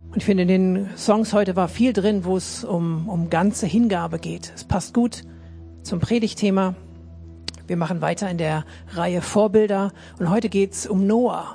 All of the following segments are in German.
Und ich finde, in den Songs heute war viel drin, wo es um ganze Hingabe geht. Es passt gut zum Predigtthema. Wir machen weiter in der Reihe Vorbilder und heute geht's um Noah.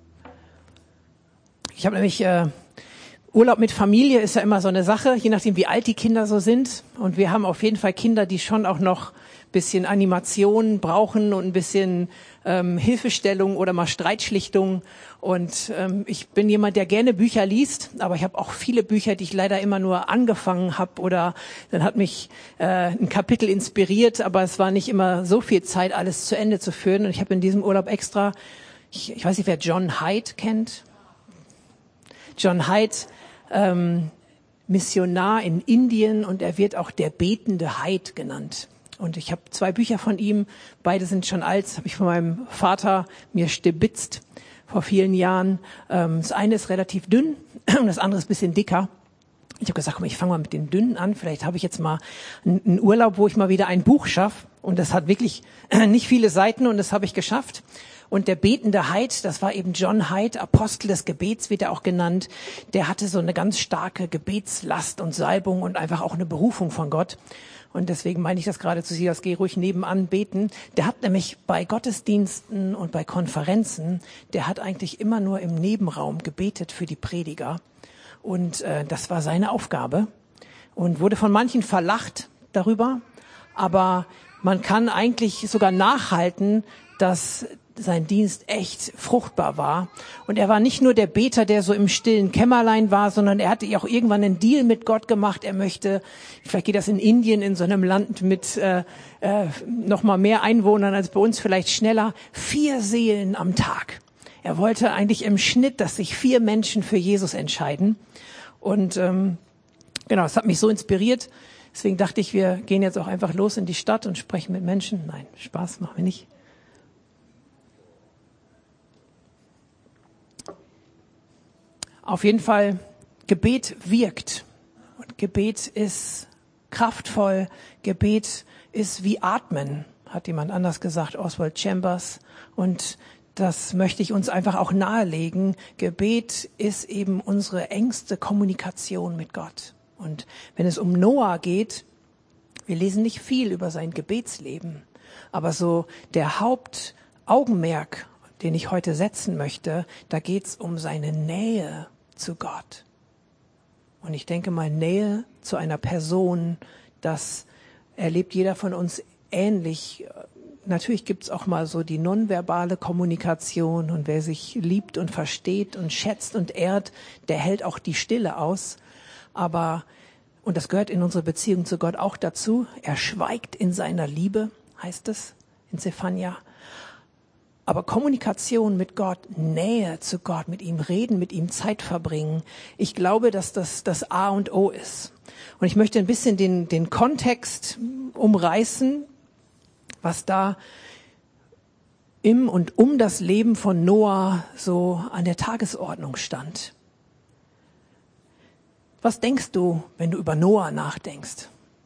Ich habe nämlich Urlaub mit Familie ist ja immer so eine Sache, je nachdem wie alt die Kinder so sind. Und wir haben auf jeden Fall Kinder, die schon auch noch ein bisschen Animation brauchen und ein bisschen Hilfestellung oder mal Streitschlichtung. Und ich bin jemand, der gerne Bücher liest, aber ich habe auch viele Bücher, die ich leider immer nur angefangen habe oder dann hat mich ein Kapitel inspiriert, aber es war nicht immer so viel Zeit, alles zu Ende zu führen. Und ich habe in diesem Urlaub extra, ich weiß nicht, wer John Haidt kennt. John Haidt, Missionar in Indien und er wird auch der betende Haidt genannt. Und ich habe 2 Bücher von ihm, beide sind schon alt, habe ich von meinem Vater mir stibitzt vor vielen Jahren. Das eine ist relativ dünn und das andere ist ein bisschen dicker. Ich habe gesagt, komm, ich fange mal mit den dünnen an. Vielleicht habe ich jetzt mal einen Urlaub, wo ich mal wieder ein Buch schaffe. Und das hat wirklich nicht viele Seiten und das habe ich geschafft. Und der betende Haidt, das war eben John Haidt, Apostel des Gebets wird er auch genannt. Der hatte so eine ganz starke Gebetslast und Salbung und einfach auch eine Berufung von Gott. Und deswegen meine ich das gerade zu Silas, geh ruhig nebenan beten. Der hat nämlich bei Gottesdiensten und bei Konferenzen, der hat eigentlich immer nur im Nebenraum gebetet für die Prediger. Und das war seine Aufgabe und wurde von manchen verlacht darüber. Aber man kann eigentlich sogar nachhalten, dass sein Dienst echt fruchtbar war. Und er war nicht nur der Beter, der so im stillen Kämmerlein war, sondern er hatte ja auch irgendwann einen Deal mit Gott gemacht. Er möchte, vielleicht geht das in Indien, in so einem Land mit noch mal mehr Einwohnern als bei uns, vielleicht schneller, 4 Seelen am Tag. Er wollte eigentlich im Schnitt, dass sich 4 Menschen für Jesus entscheiden. Und genau, das hat mich so inspiriert. Deswegen dachte ich, wir gehen jetzt auch einfach los in die Stadt und sprechen mit Menschen. Nein, Spaß machen wir nicht. Auf jeden Fall, Gebet wirkt. Und Gebet ist kraftvoll. Gebet ist wie Atmen, hat jemand anders gesagt, Oswald Chambers. Und das möchte ich uns einfach auch nahelegen. Gebet ist eben unsere engste Kommunikation mit Gott. Und wenn es um Noah geht, wir lesen nicht viel über sein Gebetsleben, aber so der Hauptaugenmerk, den ich heute setzen möchte, da geht's um seine Nähe zu Gott. Und ich denke mal, Nähe zu einer Person, das erlebt jeder von uns ähnlich. Natürlich gibt's auch mal so die nonverbale Kommunikation und wer sich liebt und versteht und schätzt und ehrt, der hält auch die Stille aus. Aber, und das gehört in unsere Beziehung zu Gott auch dazu, er schweigt in seiner Liebe, heißt es in Zephania. Aber Kommunikation mit Gott, Nähe zu Gott, mit ihm reden, mit ihm Zeit verbringen, ich glaube, dass das A und O ist. Und ich möchte ein bisschen den Kontext umreißen, was da im und um das Leben von Noah so an der Tagesordnung stand. Was denkst du, wenn du über Noah nachdenkst?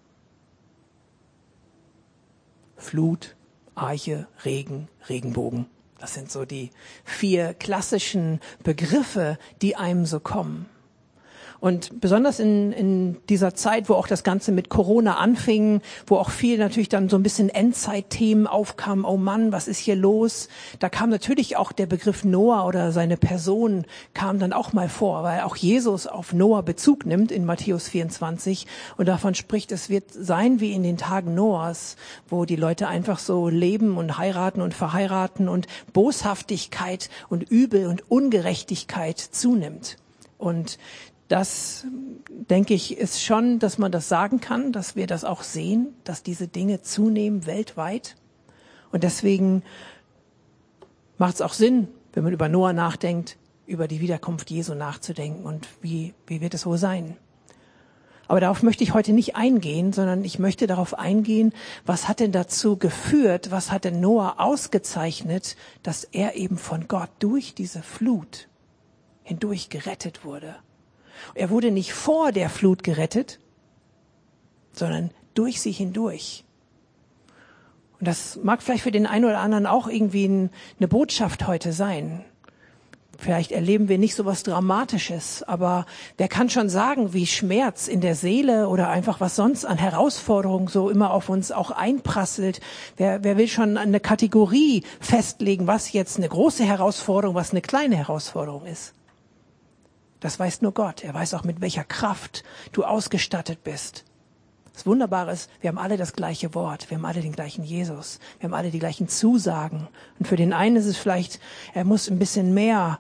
Flut, Arche, Regen, Regenbogen. Das sind so die 4 klassischen Begriffe, die einem so kommen. Und besonders in dieser Zeit, wo auch das Ganze mit Corona anfing, wo auch viel natürlich dann so ein bisschen Endzeitthemen aufkamen, oh Mann, was ist hier los? Da kam natürlich auch der Begriff Noah oder seine Person kam dann auch mal vor, weil auch Jesus auf Noah Bezug nimmt in Matthäus 24 und davon spricht, es wird sein wie in den Tagen Noahs, wo die Leute einfach so leben und heiraten und verheiraten und Boshaftigkeit und Übel und Ungerechtigkeit zunimmt. Und das, denke ich, ist schon, dass man das sagen kann, dass wir das auch sehen, dass diese Dinge zunehmen weltweit. Und deswegen macht es auch Sinn, wenn man über Noah nachdenkt, über die Wiederkunft Jesu nachzudenken und wie wird es wohl sein. Aber darauf möchte ich heute nicht eingehen, sondern ich möchte darauf eingehen, was hat denn dazu geführt, was hat denn Noah ausgezeichnet, dass er eben von Gott durch diese Flut hindurch gerettet wurde. Er wurde nicht vor der Flut gerettet, sondern durch sie hindurch. Und das mag vielleicht für den einen oder anderen auch irgendwie eine Botschaft heute sein. Vielleicht erleben wir nicht so was Dramatisches, aber wer kann schon sagen, wie Schmerz in der Seele oder einfach was sonst an Herausforderungen so immer auf uns auch einprasselt? Wer will schon eine Kategorie festlegen, was jetzt eine große Herausforderung, was eine kleine Herausforderung ist? Das weiß nur Gott. Er weiß auch, mit welcher Kraft du ausgestattet bist. Das Wunderbare ist, wir haben alle das gleiche Wort, wir haben alle den gleichen Jesus, wir haben alle die gleichen Zusagen. Und für den einen ist es vielleicht, er muss ein bisschen mehr,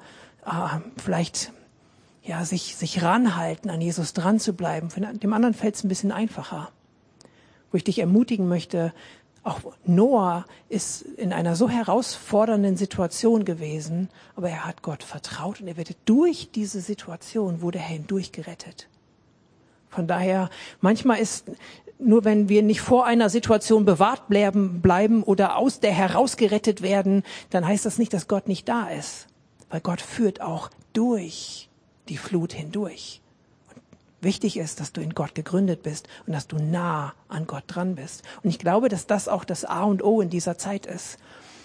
sich ranhalten, an Jesus dran zu bleiben. Für dem anderen fällt es ein bisschen einfacher. Wo ich dich ermutigen möchte, auch Noah ist in einer so herausfordernden Situation gewesen, aber er hat Gott vertraut und er wird durch diese Situation, wurde er hindurch gerettet. Von daher, manchmal ist, nur wenn wir nicht vor einer Situation bewahrt bleiben oder aus der herausgerettet werden, dann heißt das nicht, dass Gott nicht da ist. Weil Gott führt auch durch die Flut hindurch. Und wichtig ist, dass du in Gott gegründet bist und dass du nah an Gott dran bist. Und ich glaube, dass das auch das A und O in dieser Zeit ist.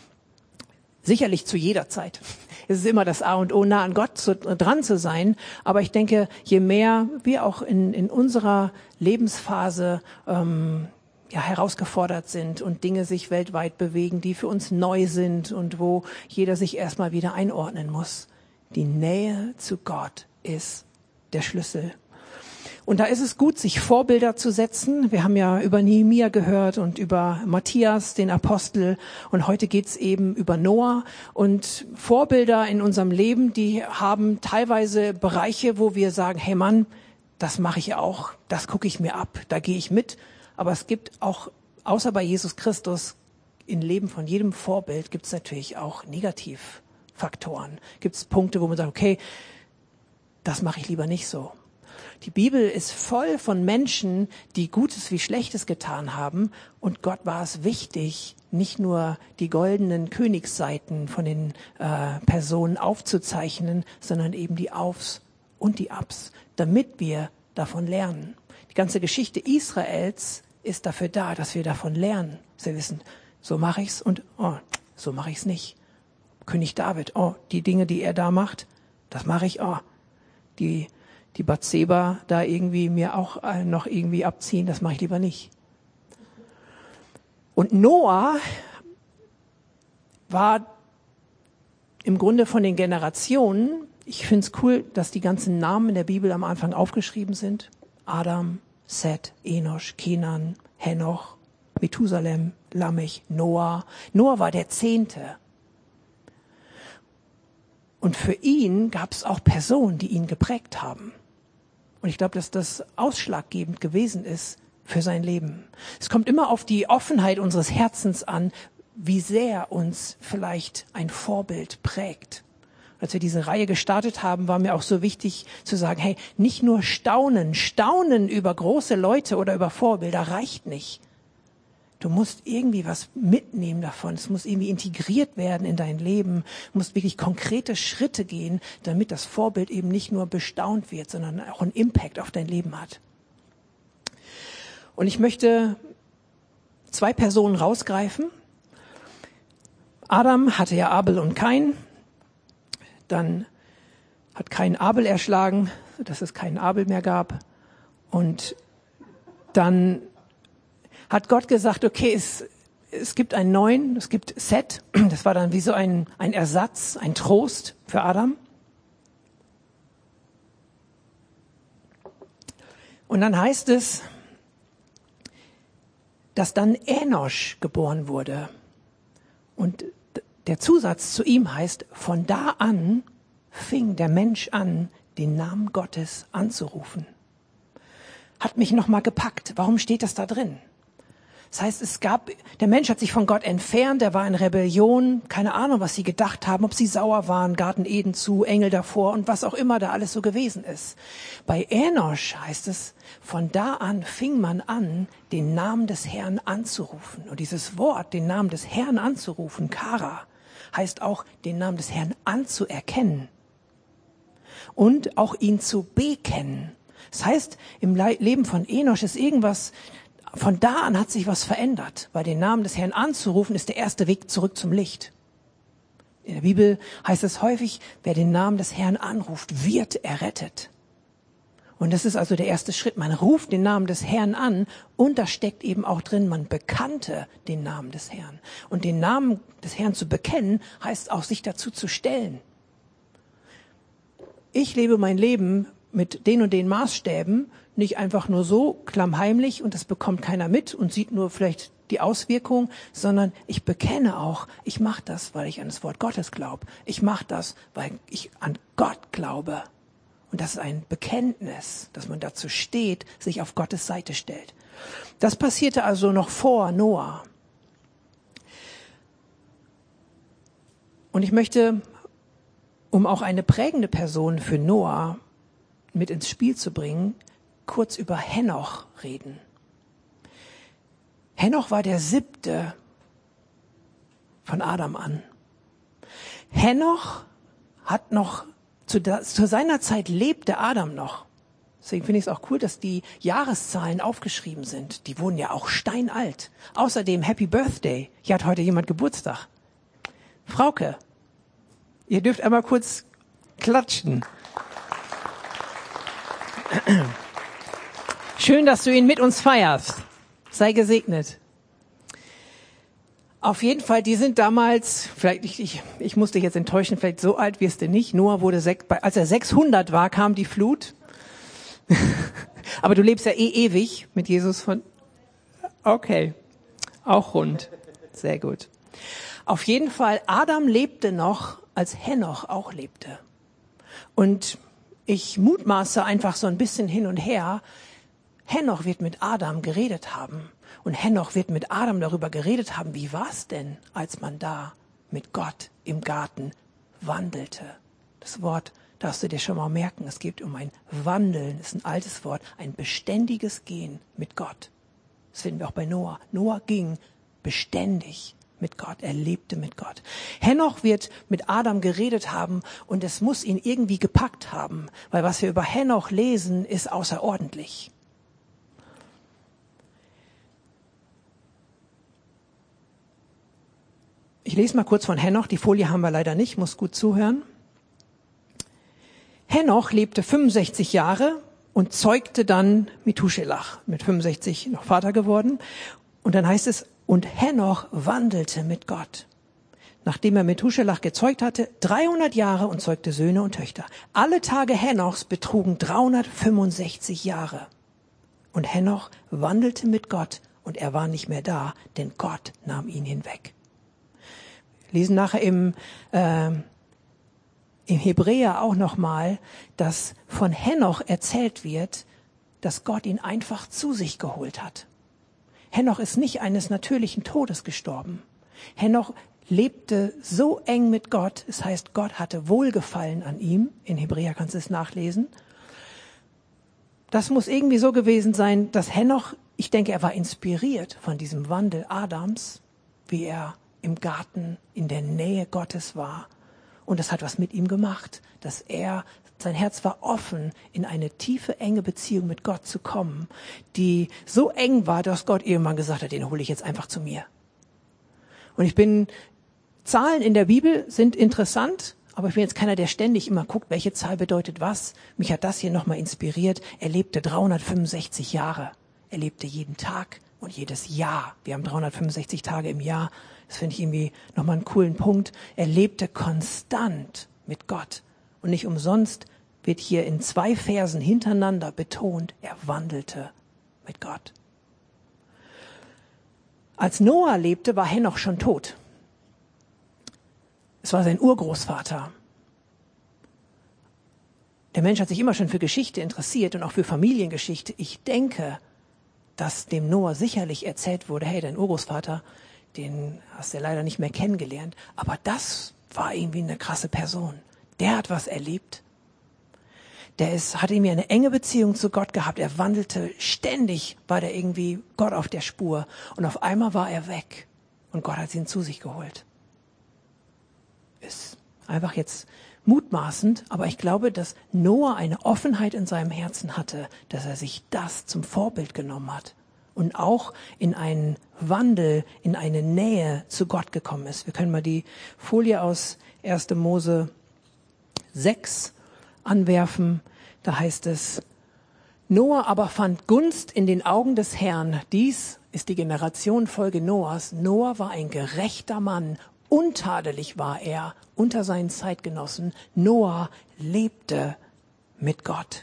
Sicherlich zu jeder Zeit. Es ist immer das A und O, nah an Gott dran zu sein. Aber ich denke, je mehr wir auch in unserer Lebensphase herausgefordert sind und Dinge sich weltweit bewegen, die für uns neu sind und wo jeder sich erstmal wieder einordnen muss. Die Nähe zu Gott ist der Schlüssel. Und da ist es gut, sich Vorbilder zu setzen. Wir haben ja über Nehemia gehört und über Matthias, den Apostel. Und heute geht's eben über Noah. Und Vorbilder in unserem Leben, die haben teilweise Bereiche, wo wir sagen, hey Mann, das mache ich auch, das gucke ich mir ab, da gehe ich mit. Aber es gibt auch, außer bei Jesus Christus, im Leben von jedem Vorbild gibt es natürlich auch Negativfaktoren. Gibt es Punkte, wo man sagt, okay, das mache ich lieber nicht so. Die Bibel ist voll von Menschen, die Gutes wie Schlechtes getan haben. Und Gott war es wichtig, nicht nur die goldenen Königsseiten von den Personen aufzuzeichnen, sondern eben die Aufs und die Abs, damit wir davon lernen. Die ganze Geschichte Israels ist dafür da, dass wir davon lernen. Dass wir wissen, so mache ich's und so mache ich's nicht. König David, die Dinge, die er da macht, das mache ich, die Bathseba da irgendwie mir auch noch irgendwie abziehen, das mache ich lieber nicht. Und Noah war im Grunde von den Generationen, ich finde es cool, dass die ganzen Namen in der Bibel am Anfang aufgeschrieben sind. Adam, Seth, Enosch, Kenan, Henoch, Methusalem, Lamech, Noah. Noah war der 10. Und für ihn gab es auch Personen, die ihn geprägt haben. Und ich glaube, dass das ausschlaggebend gewesen ist für sein Leben. Es kommt immer auf die Offenheit unseres Herzens an, wie sehr uns vielleicht ein Vorbild prägt. Als wir diese Reihe gestartet haben, war mir auch so wichtig zu sagen, hey, nicht nur staunen über große Leute oder über Vorbilder reicht nicht. Du musst irgendwie was mitnehmen davon. Es muss irgendwie integriert werden in dein Leben. Du musst wirklich konkrete Schritte gehen, damit das Vorbild eben nicht nur bestaunt wird, sondern auch einen Impact auf dein Leben hat. Und ich möchte 2 Personen rausgreifen. Adam hatte ja Abel und Kain. Dann hat Kain Abel erschlagen, dass es keinen Abel mehr gab. Und dann hat Gott gesagt, okay, es gibt einen neuen, es gibt Seth. Das war dann wie so ein Ersatz, ein Trost für Adam. Und dann heißt es, dass dann Enosch geboren wurde. Und der Zusatz zu ihm heißt, von da an fing der Mensch an, den Namen Gottes anzurufen. Hat mich nochmal gepackt. Warum steht das da drin? Das heißt, der Mensch hat sich von Gott entfernt, er war in Rebellion, keine Ahnung, was sie gedacht haben, ob sie sauer waren, Garten Eden zu, Engel davor und was auch immer da alles so gewesen ist. Bei Enosch heißt es, von da an fing man an, den Namen des Herrn anzurufen. Und dieses Wort, den Namen des Herrn anzurufen, Kara, heißt auch, den Namen des Herrn anzuerkennen und auch ihn zu bekennen. Das heißt, im Leben von Enosch ist irgendwas. Von da an hat sich was verändert, weil den Namen des Herrn anzurufen ist der erste Weg zurück zum Licht. In der Bibel heißt es häufig, wer den Namen des Herrn anruft, wird errettet. Und das ist also der erste Schritt. Man ruft den Namen des Herrn an und da steckt eben auch drin, man bekannte den Namen des Herrn. Und den Namen des Herrn zu bekennen, heißt auch, sich dazu zu stellen. Ich lebe mein Leben mit den und den Maßstäben, nicht einfach nur so klammheimlich und das bekommt keiner mit und sieht nur vielleicht die Auswirkung, sondern ich bekenne auch, ich mache das, weil ich an das Wort Gottes glaube. Ich mache das, weil ich an Gott glaube. Und das ist ein Bekenntnis, dass man dazu steht, sich auf Gottes Seite stellt. Das passierte also noch vor Noah. Und ich möchte, um auch eine prägende Person für Noah mit ins Spiel zu bringen, kurz über Henoch reden. Henoch war der 7. von Adam an. Henoch hat noch zu seiner Zeit lebte Adam noch. Deswegen finde ich es auch cool, dass die Jahreszahlen aufgeschrieben sind. Die wurden ja auch steinalt. Außerdem Happy Birthday. Hier hat heute jemand Geburtstag. Frauke, ihr dürft einmal kurz klatschen. Schön, dass du ihn mit uns feierst. Sei gesegnet. Auf jeden Fall, die sind damals, vielleicht ich muss dich jetzt enttäuschen, vielleicht so alt wirst du nicht. Noah wurde, als er 600 war, kam die Flut. Aber du lebst ja ewig mit Jesus von, okay, auch rund. Sehr gut. Auf jeden Fall, Adam lebte noch, als Henoch auch lebte. Und ich mutmaße einfach so ein bisschen hin und her, Henoch wird mit Adam geredet haben. Und Henoch wird mit Adam darüber geredet haben, wie war es denn, als man da mit Gott im Garten wandelte. Das Wort darfst du dir schon mal merken. Es geht um ein Wandeln, das ist ein altes Wort, ein beständiges Gehen mit Gott. Das finden wir auch bei Noah. Noah ging beständig mit Gott, er lebte mit Gott. Henoch wird mit Adam geredet haben und es muss ihn irgendwie gepackt haben, weil was wir über Henoch lesen, ist außerordentlich. Ich lese mal kurz von Henoch, die Folie haben wir leider nicht, muss gut zuhören. Henoch lebte 65 Jahre und zeugte dann Methuselach, mit 65 noch Vater geworden. Und dann heißt es, und Henoch wandelte mit Gott. Nachdem er Methuselach gezeugt hatte, 300 Jahre und zeugte Söhne und Töchter. Alle Tage Henochs betrugen 365 Jahre. Und Henoch wandelte mit Gott und er war nicht mehr da, denn Gott nahm ihn hinweg. Wir lesen nachher im Hebräer auch nochmal, dass von Henoch erzählt wird, dass Gott ihn einfach zu sich geholt hat. Henoch ist nicht eines natürlichen Todes gestorben. Henoch lebte so eng mit Gott, das heißt, Gott hatte Wohlgefallen an ihm. In Hebräer kannst du es nachlesen. Das muss irgendwie so gewesen sein, dass Henoch, ich denke, er war inspiriert von diesem Wandel Adams, wie er im Garten in der Nähe Gottes war. Und das hat was mit ihm gemacht, dass sein Herz war offen, in eine tiefe, enge Beziehung mit Gott zu kommen, die so eng war, dass Gott irgendwann gesagt hat, den hole ich jetzt einfach zu mir. Und Zahlen in der Bibel sind interessant, aber ich bin jetzt keiner, der ständig immer guckt, welche Zahl bedeutet was. Mich hat das hier nochmal inspiriert. Er lebte 365 Jahre. Er lebte jeden Tag und jedes Jahr. Wir haben 365 Tage im Jahr. Das finde ich irgendwie nochmal einen coolen Punkt. Er lebte konstant mit Gott. Und nicht umsonst wird hier in 2 Versen hintereinander betont, er wandelte mit Gott. Als Noah lebte, war Henoch schon tot. Es war sein Urgroßvater. Der Mensch hat sich immer schon für Geschichte interessiert und auch für Familiengeschichte. Ich denke, dass dem Noah sicherlich erzählt wurde, hey, dein Urgroßvater, den hast du leider nicht mehr kennengelernt, aber das war irgendwie eine krasse Person. Der hat was erlebt. Hat irgendwie eine enge Beziehung zu Gott gehabt. Er wandelte ständig, war der irgendwie Gott auf der Spur. Und auf einmal war er weg. Und Gott hat ihn zu sich geholt. Ist einfach jetzt mutmaßend, aber ich glaube, dass Noah eine Offenheit in seinem Herzen hatte, dass er sich das zum Vorbild genommen hat und auch in einen Wandel, in eine Nähe zu Gott gekommen ist. Wir können mal die Folie aus 1. Mose 6 anwerfen. Da heißt es: Noah aber fand Gunst in den Augen des Herrn. Dies ist die Generationenfolge Noahs. Noah war ein gerechter Mann. Untadelig war er unter seinen Zeitgenossen. Noah lebte mit Gott.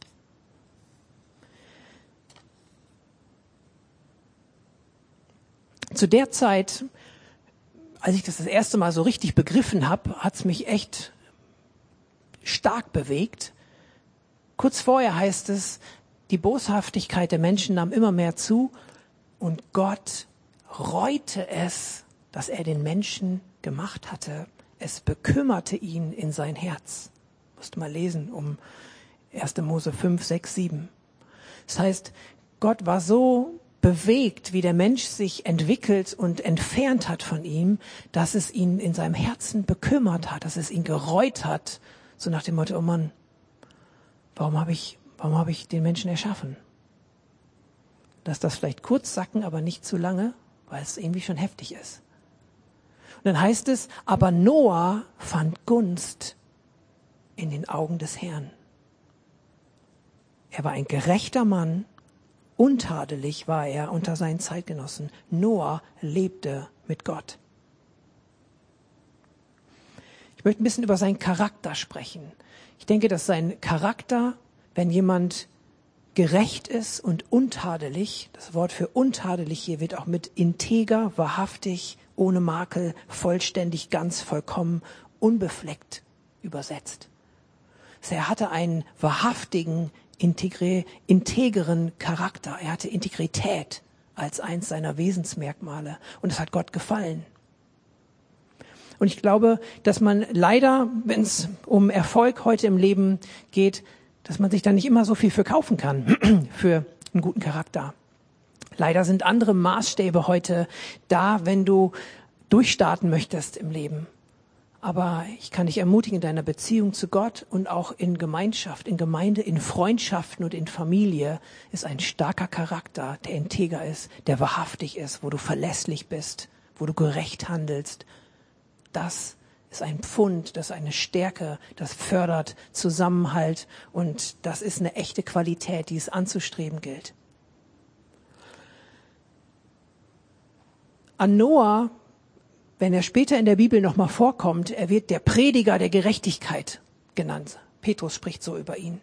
Zu der Zeit, als ich das erste Mal so richtig begriffen habe, hat es mich echt stark bewegt. Kurz vorher heißt es, die Boshaftigkeit der Menschen nahm immer mehr zu und Gott reute es, dass er den Menschen gemacht hatte. Es bekümmerte ihn in sein Herz. Musst du mal lesen, um 1. Mose 5, 6, 7. Das heißt, Gott war so bewegt, wie der Mensch sich entwickelt und entfernt hat von ihm, dass es ihn in seinem Herzen bekümmert hat, dass es ihn gereut hat, so nach dem Motto: oh Mann, warum habe ich den Menschen erschaffen? Lass das vielleicht kurz sacken, aber nicht zu lange, weil es irgendwie schon heftig ist. Und dann heißt es, aber Noah fand Gunst in den Augen des Herrn. Er war ein gerechter Mann, untadelig war er unter seinen Zeitgenossen. Noah lebte mit Gott. Ich möchte ein bisschen über seinen Charakter sprechen. Ich denke, dass sein Charakter, wenn jemand gerecht ist und untadelig, das Wort für untadelig hier wird auch mit integer, wahrhaftig, ohne Makel, vollständig, ganz, vollkommen, unbefleckt übersetzt. Er hatte einen wahrhaftigen, integeren Charakter. Er hatte Integrität als eins seiner Wesensmerkmale. Und es hat Gott gefallen. Und ich glaube, dass man leider, wenn es um Erfolg heute im Leben geht, dass man sich da nicht immer so viel für kaufen kann, für einen guten Charakter. Leider sind andere Maßstäbe heute da, wenn du durchstarten möchtest im Leben. Aber ich kann dich ermutigen, in deiner Beziehung zu Gott und auch in Gemeinschaft, in Gemeinde, in Freundschaften und in Familie ist ein starker Charakter, der integer ist, der wahrhaftig ist, wo du verlässlich bist, wo du gerecht handelst. Das ist ein Pfund, das ist eine Stärke, das fördert Zusammenhalt und das ist eine echte Qualität, die es anzustreben gilt. An Noah, wenn er später in der Bibel nochmal vorkommt, er wird der Prediger der Gerechtigkeit genannt. Petrus spricht so über ihn.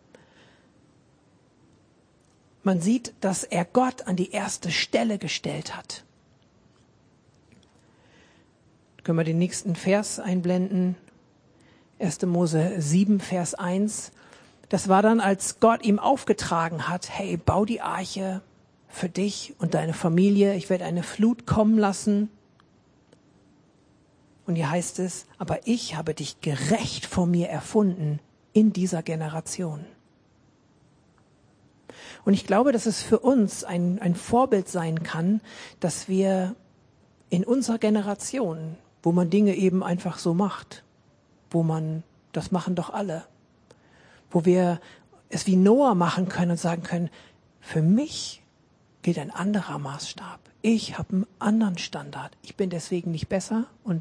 Man sieht, dass er Gott an die erste Stelle gestellt hat. Können wir den nächsten Vers einblenden? 1. Mose 7, Vers 1. Das war dann, als Gott ihm aufgetragen hat, hey, bau die Arche für dich und deine Familie. Ich werde eine Flut kommen lassen. Und hier heißt es, aber ich habe dich gerecht vor mir erfunden in dieser Generation. Und ich glaube, dass es für uns ein Vorbild sein kann, dass wir in unserer Generation, wo man Dinge eben einfach so macht, das machen doch alle, wo wir es wie Noah machen können und sagen können, für mich gilt ein anderer Maßstab. Ich habe einen anderen Standard. Ich bin deswegen nicht besser und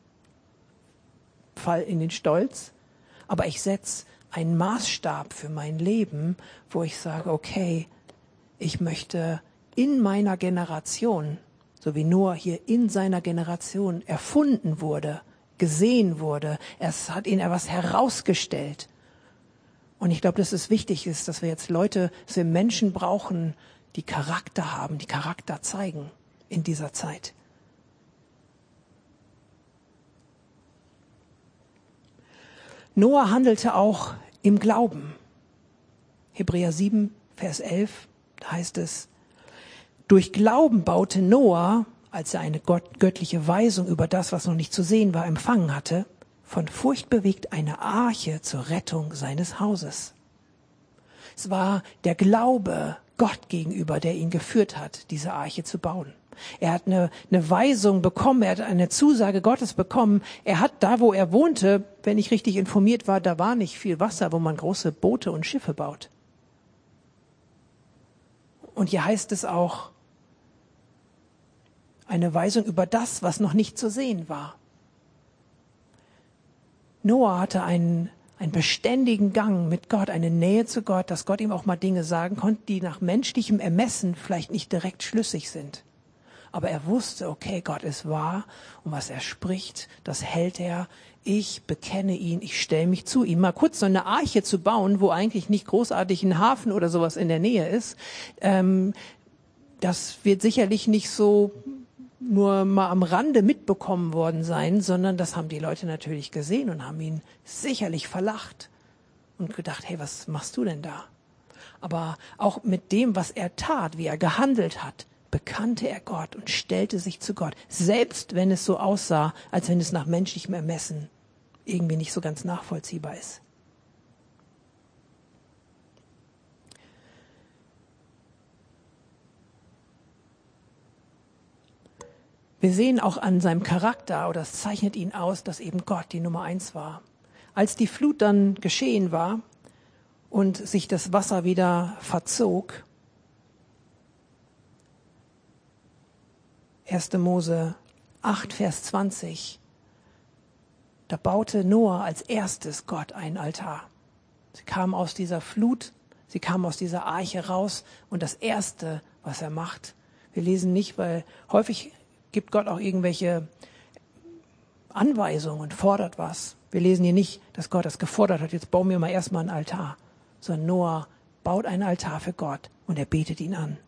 fall in den Stolz, aber ich setze einen Maßstab für mein Leben, wo ich sage, okay, ich möchte in meiner Generation, so wie Noah hier in seiner Generation erfunden wurde, gesehen wurde, es hat ihn etwas herausgestellt. Und ich glaube, dass es wichtig ist, dass wir jetzt dass wir Menschen brauchen, die Charakter haben, die Charakter zeigen in dieser Zeit. Noah handelte auch im Glauben. Hebräer 7, Vers 11, da heißt es, durch Glauben baute Noah, als er eine göttliche Weisung über das, was noch nicht zu sehen war, empfangen hatte, von Furcht bewegt eine Arche zur Rettung seines Hauses. Es war der Glaube Gott gegenüber, der ihn geführt hat, diese Arche zu bauen. Er hat eine Weisung bekommen, er hat eine Zusage Gottes bekommen. Er hat da, wo er wohnte, wenn ich richtig informiert war, da war nicht viel Wasser, wo man große Boote und Schiffe baut. Und hier heißt es auch, eine Weisung über das, was noch nicht zu sehen war. Noah hatte einen beständigen Gang mit Gott, eine Nähe zu Gott, dass Gott ihm auch mal Dinge sagen konnte, die nach menschlichem Ermessen vielleicht nicht direkt schlüssig sind. Aber er wusste, okay, Gott ist wahr und was er spricht, das hält er. Ich bekenne ihn, ich stelle mich zu ihm. Mal kurz so eine Arche zu bauen, wo eigentlich nicht großartig ein Hafen oder sowas in der Nähe ist, das wird sicherlich nicht so nur mal am Rande mitbekommen worden sein, sondern das haben die Leute natürlich gesehen und haben ihn sicherlich verlacht und gedacht, hey, was machst du denn da? Aber auch mit dem, was er tat, wie er gehandelt hat, bekannte er Gott und stellte sich zu Gott, selbst wenn es so aussah, als wenn es nach menschlichem Ermessen irgendwie nicht so ganz nachvollziehbar ist. Wir sehen auch an seinem Charakter, oder es zeichnet ihn aus, dass eben Gott die Nummer 1 war. Als die Flut dann geschehen war und sich das Wasser wieder verzog, 1. Mose 8, Vers 20, da baute Noah als erstes Gott einen Altar. Sie kamen aus dieser Flut, sie kamen aus dieser Arche raus und das Erste, was er macht, wir lesen nicht, weil häufig gibt Gott auch irgendwelche Anweisungen und fordert was. Wir lesen hier nicht, dass Gott das gefordert hat, jetzt bauen wir mal erstmal einen Altar, sondern Noah baut einen Altar für Gott und er betet ihn an.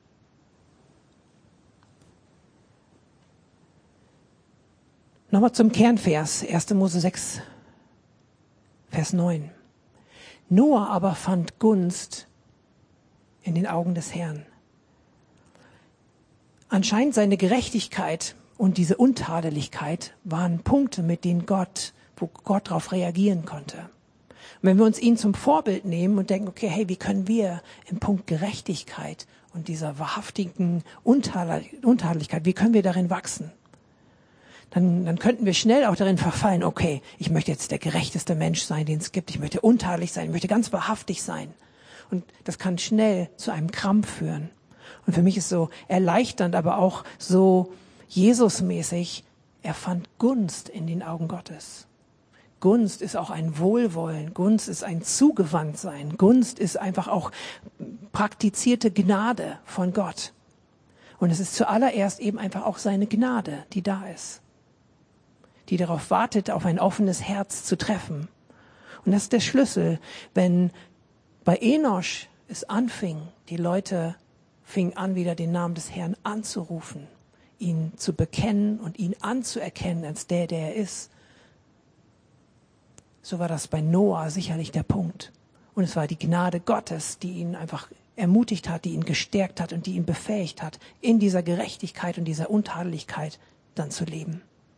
Nochmal zum Kernvers, 1. Mose 6, Vers 9. Noah aber fand Gunst in den Augen des Herrn. Anscheinend seine Gerechtigkeit und diese Untadeligkeit waren Punkte, wo Gott darauf reagieren konnte. Und wenn wir uns ihn zum Vorbild nehmen und denken, okay, hey, wie können wir im Punkt Gerechtigkeit und dieser wahrhaftigen Untadeligkeit, wie können wir darin wachsen? Dann könnten wir schnell auch darin verfallen, okay, ich möchte jetzt der gerechteste Mensch sein, den es gibt, ich möchte untadelig sein, ich möchte ganz wahrhaftig sein. Und das kann schnell zu einem Krampf führen. Und für mich ist so erleichternd, aber auch so Jesusmäßig, er fand Gunst in den Augen Gottes. Gunst ist auch ein Wohlwollen, Gunst ist ein Zugewandtsein, Gunst ist einfach auch praktizierte Gnade von Gott. Und es ist zuallererst eben einfach auch seine Gnade, die da ist, die darauf wartet, auf ein offenes Herz zu treffen. Und das ist der Schlüssel, wenn bei Enosch es anfing, die Leute fingen an, wieder den Namen des Herrn anzurufen, ihn zu bekennen und ihn anzuerkennen als der er ist. So war das bei Noah sicherlich der Punkt. Und es war die Gnade Gottes, die ihn einfach ermutigt hat, die ihn gestärkt hat und die ihn befähigt hat, in dieser Gerechtigkeit und dieser Untadeligkeit dann zu leben.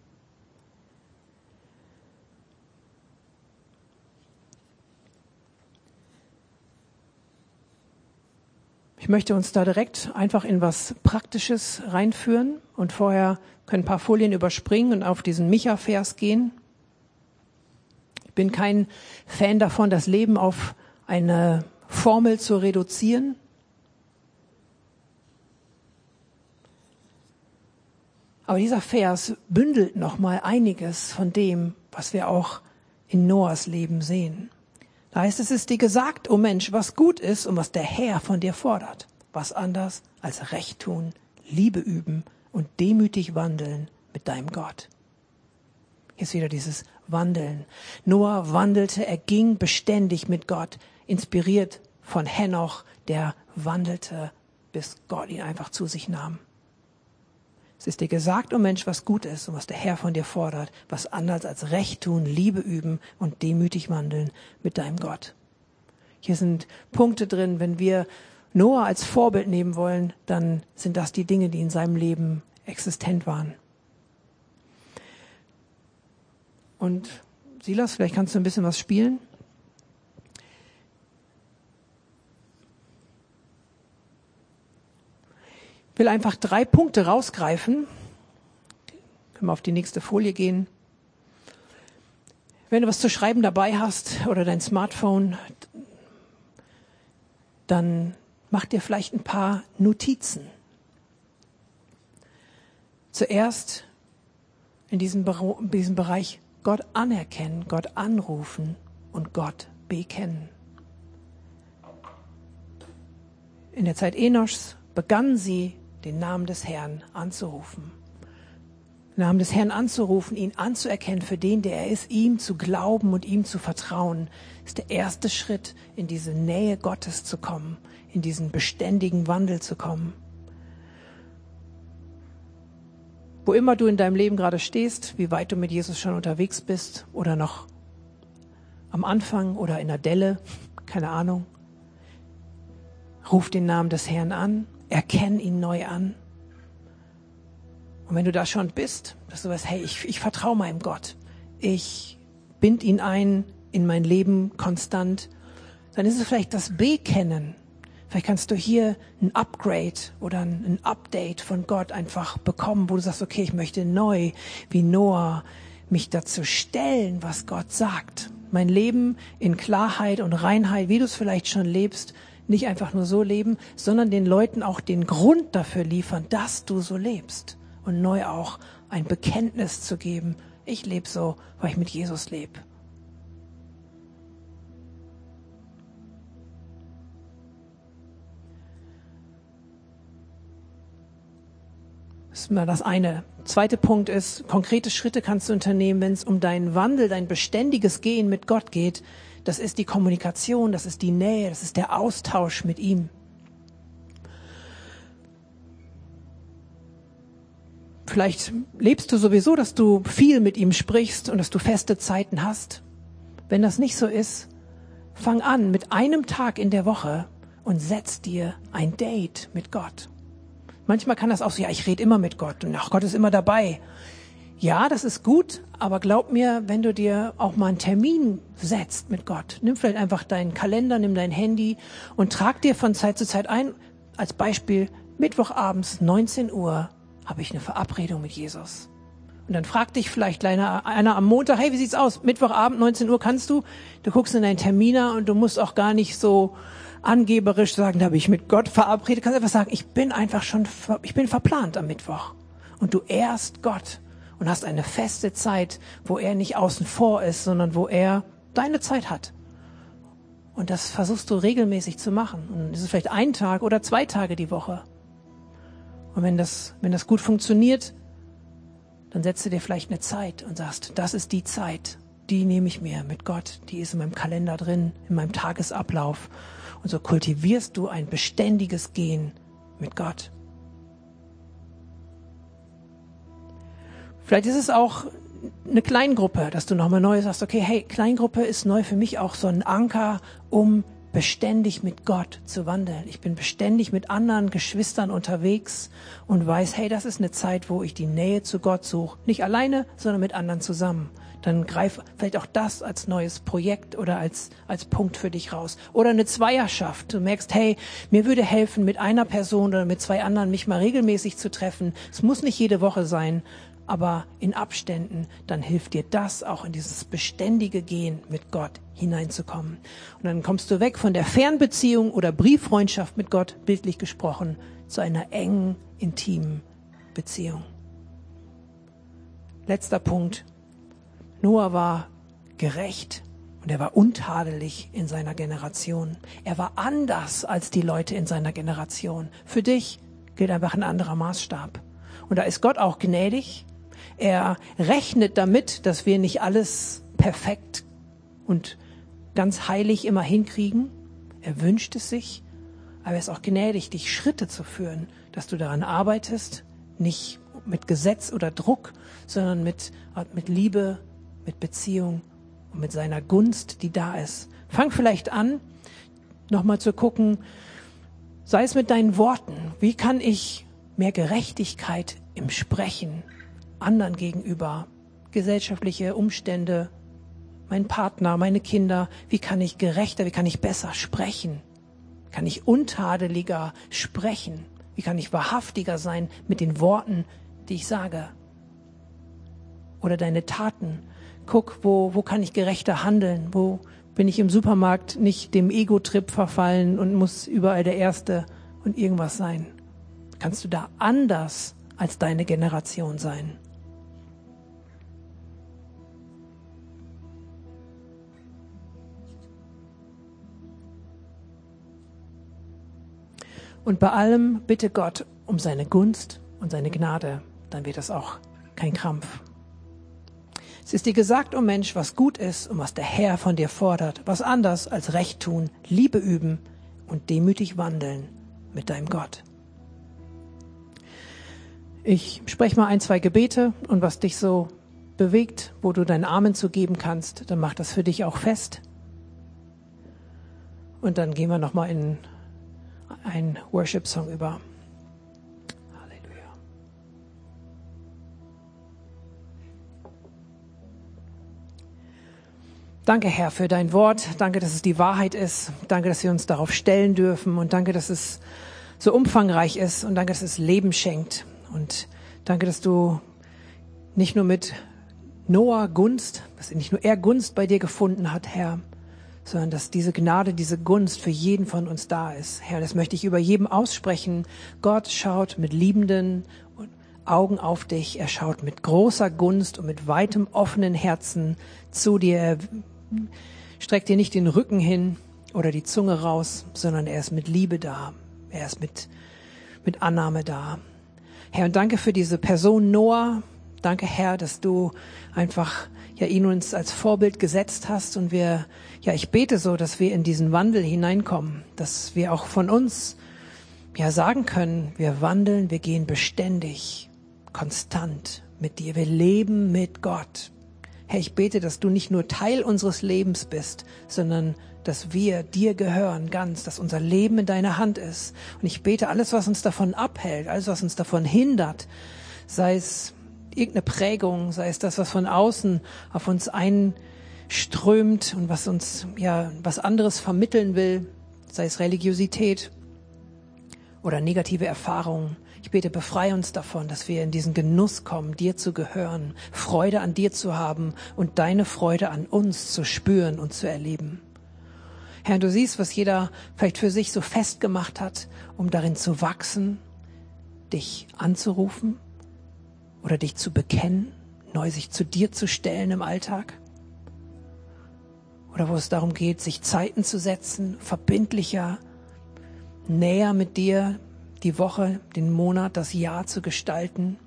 Ich möchte uns da direkt einfach in was Praktisches reinführen und vorher können ein paar Folien überspringen und auf diesen Micha-Vers gehen. Ich bin kein Fan davon, das Leben auf eine Formel zu reduzieren. Aber dieser Vers bündelt nochmal einiges von dem, was wir auch in Noahs Leben sehen. Da heißt es ist dir gesagt, o Mensch, was gut ist und was der Herr von dir fordert. Was anders als Recht tun, Liebe üben und demütig wandeln mit deinem Gott. Hier ist wieder dieses Wandeln. Noah wandelte, er ging beständig mit Gott, inspiriert von Henoch, der wandelte, bis Gott ihn einfach zu sich nahm. Es ist dir gesagt, o Mensch, was gut ist und was der Herr von dir fordert, was anders als Recht tun, Liebe üben und demütig wandeln mit deinem Gott. Hier sind Punkte drin, wenn wir Noah als Vorbild nehmen wollen, dann sind das die Dinge, die in seinem Leben existent waren. Und Silas, vielleicht kannst du ein bisschen was spielen. Ich will einfach 3 Punkte rausgreifen. Können wir auf die nächste Folie gehen. Wenn du was zu schreiben dabei hast oder dein Smartphone, dann mach dir vielleicht ein paar Notizen. Zuerst in diesem Bereich Gott anerkennen, Gott anrufen und Gott bekennen. In der Zeit Enochs begannen sie, den Namen des Herrn anzurufen. Den Namen des Herrn anzurufen, ihn anzuerkennen für den, der er ist, ihm zu glauben und ihm zu vertrauen, ist der erste Schritt, in diese Nähe Gottes zu kommen, in diesen beständigen Wandel zu kommen. Wo immer du in deinem Leben gerade stehst, wie weit du mit Jesus schon unterwegs bist oder noch am Anfang oder in der Delle, keine Ahnung. Ruf den Namen des Herrn an, erkenn ihn neu an. Und wenn du da schon bist, dass du weißt, hey, ich vertraue meinem Gott, ich bind ihn ein in mein Leben konstant, dann ist es vielleicht das Bekennen. Vielleicht kannst du hier ein Upgrade oder ein Update von Gott einfach bekommen, wo du sagst, okay, ich möchte neu, wie Noah, mich dazu stellen, was Gott sagt. Mein Leben in Klarheit und Reinheit, wie du es vielleicht schon lebst, nicht einfach nur so leben, sondern den Leuten auch den Grund dafür liefern, dass du so lebst. Und neu auch ein Bekenntnis zu geben, ich lebe so, weil ich mit Jesus lebe. Das ist mal das eine. Zweiter Punkt ist, konkrete Schritte kannst du unternehmen, wenn es um deinen Wandel, dein beständiges Gehen mit Gott geht. Das ist die Kommunikation, das ist die Nähe, das ist der Austausch mit ihm. Vielleicht lebst du sowieso, dass du viel mit ihm sprichst und dass du feste Zeiten hast. Wenn das nicht so ist, fang an mit einem Tag in der Woche und setz dir ein Date mit Gott. Manchmal kann das auch so, ja, ich rede immer mit Gott und ach, Gott ist immer dabei. Ja, das ist gut, aber glaub mir, wenn du dir auch mal einen Termin setzt mit Gott, nimm vielleicht einfach deinen Kalender, nimm dein Handy und trag dir von Zeit zu Zeit ein, als Beispiel, Mittwochabends 19 Uhr habe ich eine Verabredung mit Jesus. Und dann fragt dich vielleicht einer am Montag, hey, wie sieht's aus? Mittwochabend 19 Uhr kannst du? Du guckst in deinen Terminer und du musst auch gar nicht so angeberisch sagen, da habe ich mit Gott verabredet. Du kannst einfach sagen, ich bin verplant am Mittwoch. Und du ehrst Gott und hast eine feste Zeit, wo er nicht außen vor ist, sondern wo er deine Zeit hat. Und das versuchst du regelmäßig zu machen. Und dann ist es vielleicht 1 Tag oder 2 Tage die Woche. Und wenn das gut funktioniert, dann setzt du dir vielleicht eine Zeit und sagst, das ist die Zeit, die nehme ich mir mit Gott, die ist in meinem Kalender drin, in meinem Tagesablauf. Und so kultivierst du ein beständiges Gehen mit Gott. Vielleicht ist es auch eine Kleingruppe, dass du nochmal neu sagst, okay, hey, Kleingruppe ist neu für mich auch so ein Anker, um beständig mit Gott zu wandeln. Ich bin beständig mit anderen Geschwistern unterwegs und weiß, hey, das ist eine Zeit, wo ich die Nähe zu Gott suche. Nicht alleine, sondern mit anderen zusammen. Dann greif vielleicht auch das als neues Projekt oder als Punkt für dich raus. Oder eine Zweierschaft. Du merkst, hey, mir würde helfen, mit einer Person oder mit 2 anderen mich mal regelmäßig zu treffen. Es muss nicht jede Woche sein, aber in Abständen, dann hilft dir das auch in dieses beständige Gehen mit Gott hineinzukommen. Und dann kommst du weg von der Fernbeziehung oder Brieffreundschaft mit Gott, bildlich gesprochen, zu einer engen, intimen Beziehung. Letzter Punkt. Noah war gerecht und er war untadelig in seiner Generation. Er war anders als die Leute in seiner Generation. Für dich gilt einfach ein anderer Maßstab. Und da ist Gott auch gnädig. Er rechnet damit, dass wir nicht alles perfekt und ganz heilig immer hinkriegen. Er wünscht es sich, aber er ist auch gnädig, dich Schritte zu führen, dass du daran arbeitest, nicht mit Gesetz oder Druck, sondern mit Liebe, mit Beziehung und mit seiner Gunst, die da ist. Fang vielleicht an, nochmal zu gucken, sei es mit deinen Worten, wie kann ich mehr Gerechtigkeit im Sprechen anderen gegenüber, gesellschaftliche Umstände, mein Partner, meine Kinder, wie kann ich gerechter, wie kann ich besser sprechen? Kann ich untadeliger sprechen? Wie kann ich wahrhaftiger sein mit den Worten, die ich sage? Oder deine Taten. Guck, wo kann ich gerechter handeln? Wo Bin ich im Supermarkt nicht dem Ego-Trip verfallen und muss überall der Erste und irgendwas sein? Kannst du da anders als deine Generation sein? Und bei allem bitte Gott um seine Gunst und seine Gnade, dann wird das auch kein Krampf. Es ist dir gesagt, o Mensch, was gut ist und was der Herr von dir fordert, was anders als Recht tun, Liebe üben und demütig wandeln mit deinem Gott. Ich spreche mal 1, 2 Gebete und was dich so bewegt, wo du deinen Amen zu geben kannst, dann mach das für dich auch fest. Und dann gehen wir nochmal in einen Worship-Song über. Halleluja. Danke, Herr, für dein Wort. Danke, dass es die Wahrheit ist. Danke, dass wir uns darauf stellen dürfen. Und danke, dass es so umfangreich ist. Und danke, dass es Leben schenkt. Und danke, dass du nicht nur mit Noah Gunst, dass nicht nur er Gunst bei dir gefunden hat, Herr, sondern dass diese Gnade, diese Gunst für jeden von uns da ist. Herr, das möchte ich über jedem aussprechen. Gott schaut mit liebenden Augen auf dich. Er schaut mit großer Gunst und mit weitem offenen Herzen zu dir. Er streckt dir nicht den Rücken hin oder die Zunge raus, sondern er ist mit Liebe da. Er ist mit Annahme da. Herr, und danke für diese Person Noah. Danke, Herr, dass du einfach ihn uns als Vorbild gesetzt hast und ich bete so, dass wir in diesen Wandel hineinkommen, dass wir auch von uns sagen können, wir wandeln, wir gehen beständig, konstant mit dir, wir leben mit Gott. Herr, ich bete, dass du nicht nur Teil unseres Lebens bist, sondern dass wir dir gehören ganz, dass unser Leben in deiner Hand ist. Und ich bete, alles, was uns davon abhält, alles, was uns davon hindert, sei es irgendeine Prägung, sei es das, was von außen auf uns einströmt und was uns was anderes vermitteln will, sei es Religiosität oder negative Erfahrungen. Ich bete, befreie uns davon, dass wir in diesen Genuss kommen, dir zu gehören, Freude an dir zu haben und deine Freude an uns zu spüren und zu erleben. Herr, du siehst, was jeder vielleicht für sich so festgemacht hat, um darin zu wachsen, dich anzurufen oder dich zu bekennen, neu sich zu dir zu stellen im Alltag. Oder wo es darum geht, sich Zeiten zu setzen, verbindlicher, näher mit dir die Woche, den Monat, das Jahr zu gestalten.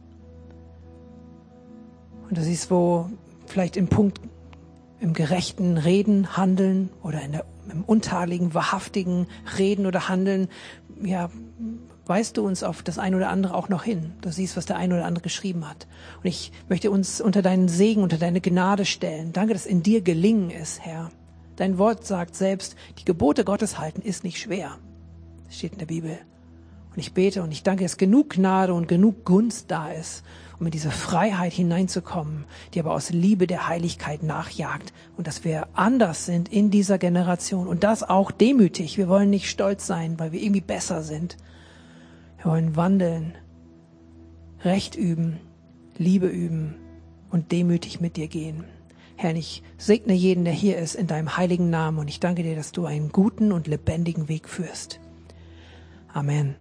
Und du siehst, wo vielleicht im Punkt, im gerechten Reden, Handeln oder im untadeligen, wahrhaftigen Reden oder Handeln, weist du uns auf das ein oder andere auch noch hin. Du siehst, was der ein oder andere geschrieben hat. Und ich möchte uns unter deinen Segen, unter deine Gnade stellen. Danke, dass in dir gelingen ist, Herr. Dein Wort sagt selbst, die Gebote Gottes halten ist nicht schwer. Das steht in der Bibel. Und ich bete und ich danke, dass genug Gnade und genug Gunst da ist, um in diese Freiheit hineinzukommen, die aber aus Liebe der Heiligkeit nachjagt. Und dass wir anders sind in dieser Generation. Und das auch demütig. Wir wollen nicht stolz sein, weil wir irgendwie besser sind. Wir wollen wandeln, Recht üben, Liebe üben und demütig mit dir gehen. Herr, ich segne jeden, der hier ist, in deinem heiligen Namen und ich danke dir, dass du einen guten und lebendigen Weg führst. Amen.